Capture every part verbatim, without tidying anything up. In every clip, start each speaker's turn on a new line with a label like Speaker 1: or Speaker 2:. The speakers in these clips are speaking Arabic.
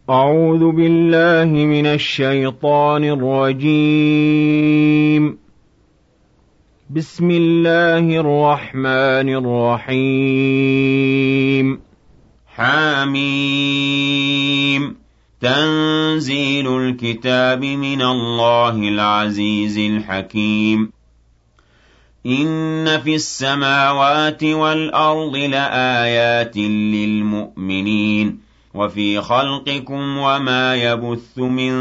Speaker 1: أعوذ بالله من الشيطان الرجيم. بسم الله الرحمن الرحيم.
Speaker 2: حميم. تنزيل الكتاب من الله العزيز الحكيم. إن في السماوات والأرض لآيات للمؤمنين وفي خلقكم وما يبث من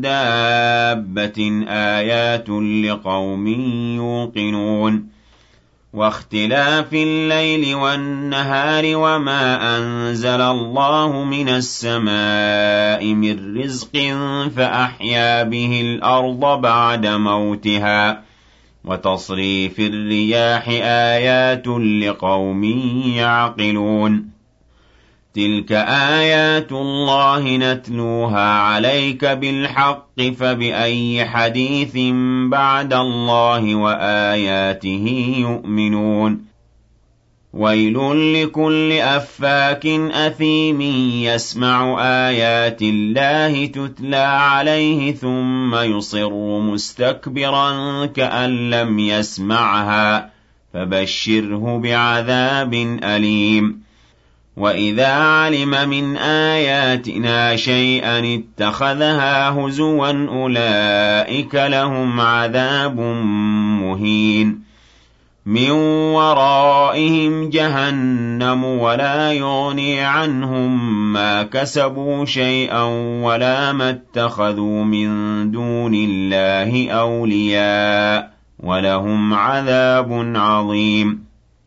Speaker 2: دابة آيات لقوم يوقنون واختلاف الليل والنهار وما أنزل الله من السماء من رزق فأحيا به الأرض بعد موتها وتصريف الرياح آيات لقوم يعقلون تلك آيات الله نتلوها عليك بالحق فبأي حديث بعد الله وآياته يؤمنون ويل لكل أفاك أثيم يسمع آيات الله تتلى عليه ثم يصر مستكبرا كأن لم يسمعها فبشره بعذاب أليم وإذا علم من آياتنا شيئا اتخذها هزوا أولئك لهم عذاب مهين من ورائهم جهنم ولا يغني عنهم ما كسبوا شيئا ولا ما اتخذوا من دون الله أولياء ولهم عذاب عظيم.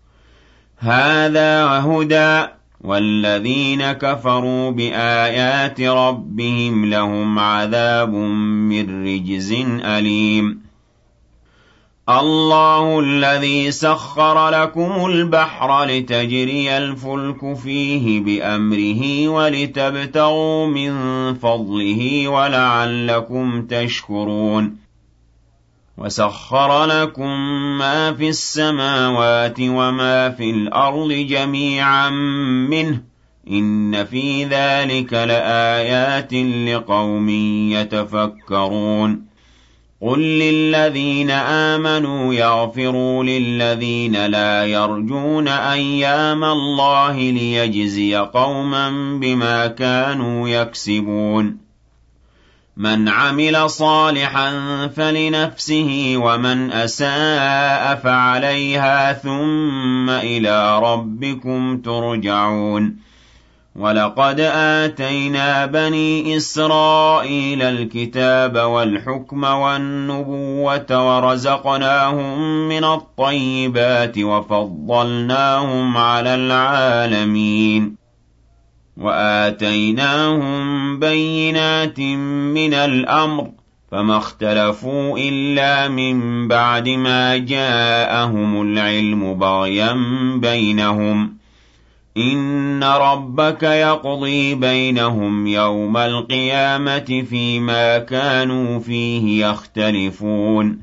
Speaker 2: هذا هدى والذين كفروا بآيات ربهم لهم عذاب من رجز أليم. الله الذي سخر لكم البحر لتجري الفلك فيه بأمره ولتبتغوا من فضله ولعلكم تشكرون وسخر لكم ما في السماوات وما في الأرض جميعا منه إن في ذلك لآيات لقوم يتفكرون. قل للذين آمنوا يغفروا للذين لا يرجون أيام الله ليجزي قوما بما كانوا يكسبون. من عمل صالحا فلنفسه ومن أساء فعليها ثم إلى ربكم ترجعون. ولقد آتينا بني إسرائيل الكتاب والحكم والنبوة ورزقناهم من الطيبات وفضلناهم على العالمين وآتيناهم بينات من الأمر فما اختلفوا إلا من بعد ما جاءهم العلم بغيا بينهم إن ربك يقضي بينهم يوم القيامة فيما كانوا فيه يختلفون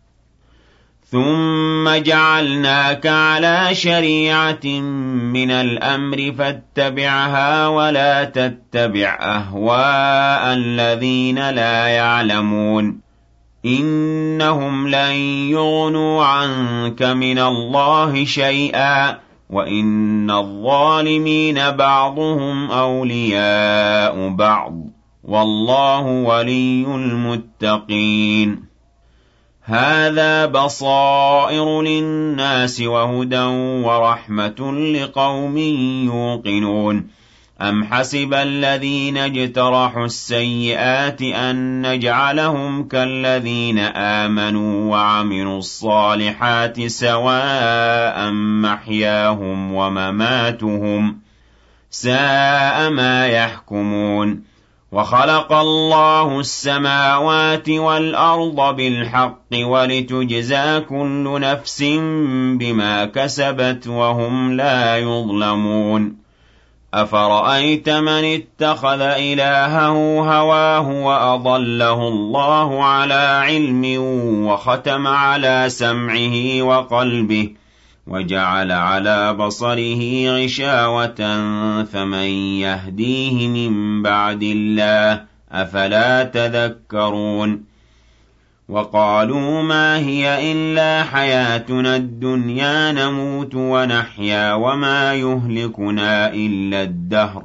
Speaker 2: ثم جعلناك على شريعة من الأمر فاتبعها ولا تتبع أهواء الذين لا يعلمون إنهم لن يغنوا عنك من الله شيئا وإن الظالمين بعضهم أولياء بعض والله ولي المتقين. هذا بصائر للناس وهدى ورحمة لقوم يوقنون. أم حسب الذين اجترحوا السيئات أن نجعلهم كالذين آمنوا وعملوا الصالحات سواء محياهم ومماتهم ساء ما يحكمون. وخلق الله السماوات والأرض بالحق ولتجزى كل نفس بما كسبت وهم لا يظلمون. أفرأيت من اتخذ إلهه هواه وأضله الله على علم وختم على سمعه وقلبه وجعل على بصره غشاوة فمن يهديه من بعد الله أفلا تذكرون وقالوا ما هي إلا حياتنا الدنيا نموت ونحيا وما يهلكنا إلا الدهر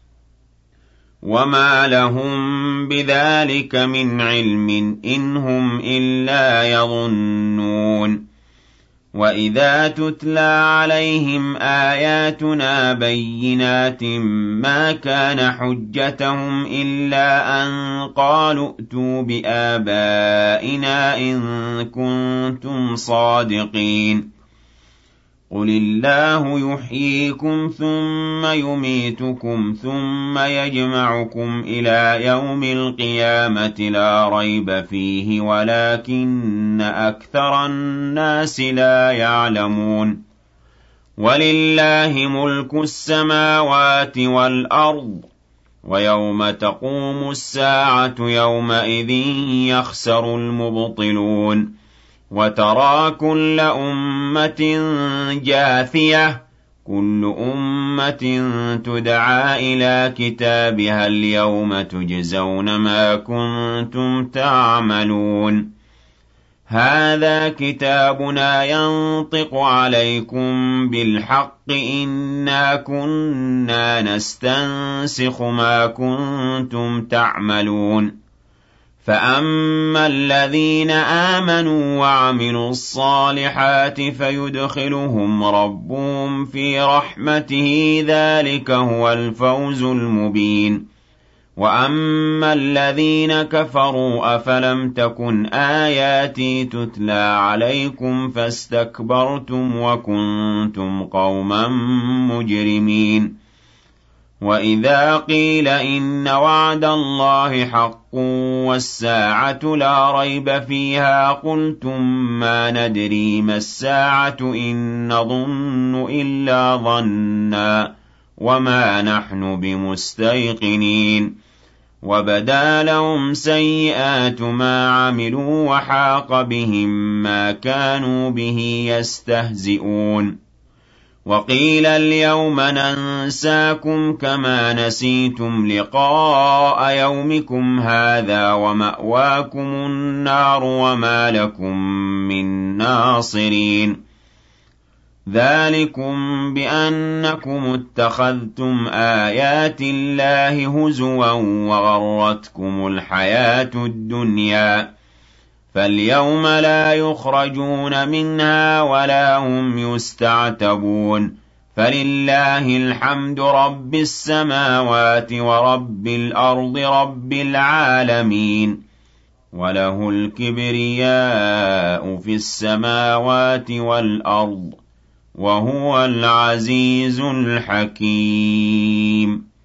Speaker 2: وما لهم بذلك من علم إن هم إلا يظنون وإذا تتلى عليهم آياتنا بينات ما كان حجتهم إلا أن قالوا ائتوا بآبائنا إن كنتم صادقين قل الله يحييكم ثم يميتكم ثم يجمعكم إلى يوم القيامة لا ريب فيه ولكن أكثر الناس لا يعلمون ولله ملك السماوات والأرض ويوم تقوم الساعة يومئذ يخسر المبطلون وترى كل أمة جاثية كل أمة تدعى إلى كتابها اليوم تجزون ما كنتم تعملون هذا كتابنا ينطق عليكم بالحق إنا كنا نستنسخ ما كنتم تعملون فأما الذين آمنوا وعملوا الصالحات فيدخلهم ربهم في رحمته ذلك هو الفوز المبين وأما الذين كفروا أفلم تكن آياتي تتلى عليكم فاستكبرتم وكنتم قوما مجرمين وإذا قيل إن وعد الله حق والساعة لا ريب فيها قلتم ما ندري ما الساعة إن نظن إلا ظنا وما نحن بمستيقنين وبدا لهم سيئات ما عملوا وحاق بهم ما كانوا به يستهزئون وقيل اليوم ننساكم كما نسيتم لقاء يومكم هذا ومأواكم النار وما لكم من ناصرين ذلكم بأنكم اتخذتم آيات الله هزوا وغرتكم الحياة الدنيا فاليوم لا يخرجون منها ولا هم يستعتبون فلله الحمد رب السماوات ورب الأرض رب العالمين وله الكبرياء في السماوات والأرض وهو العزيز الحكيم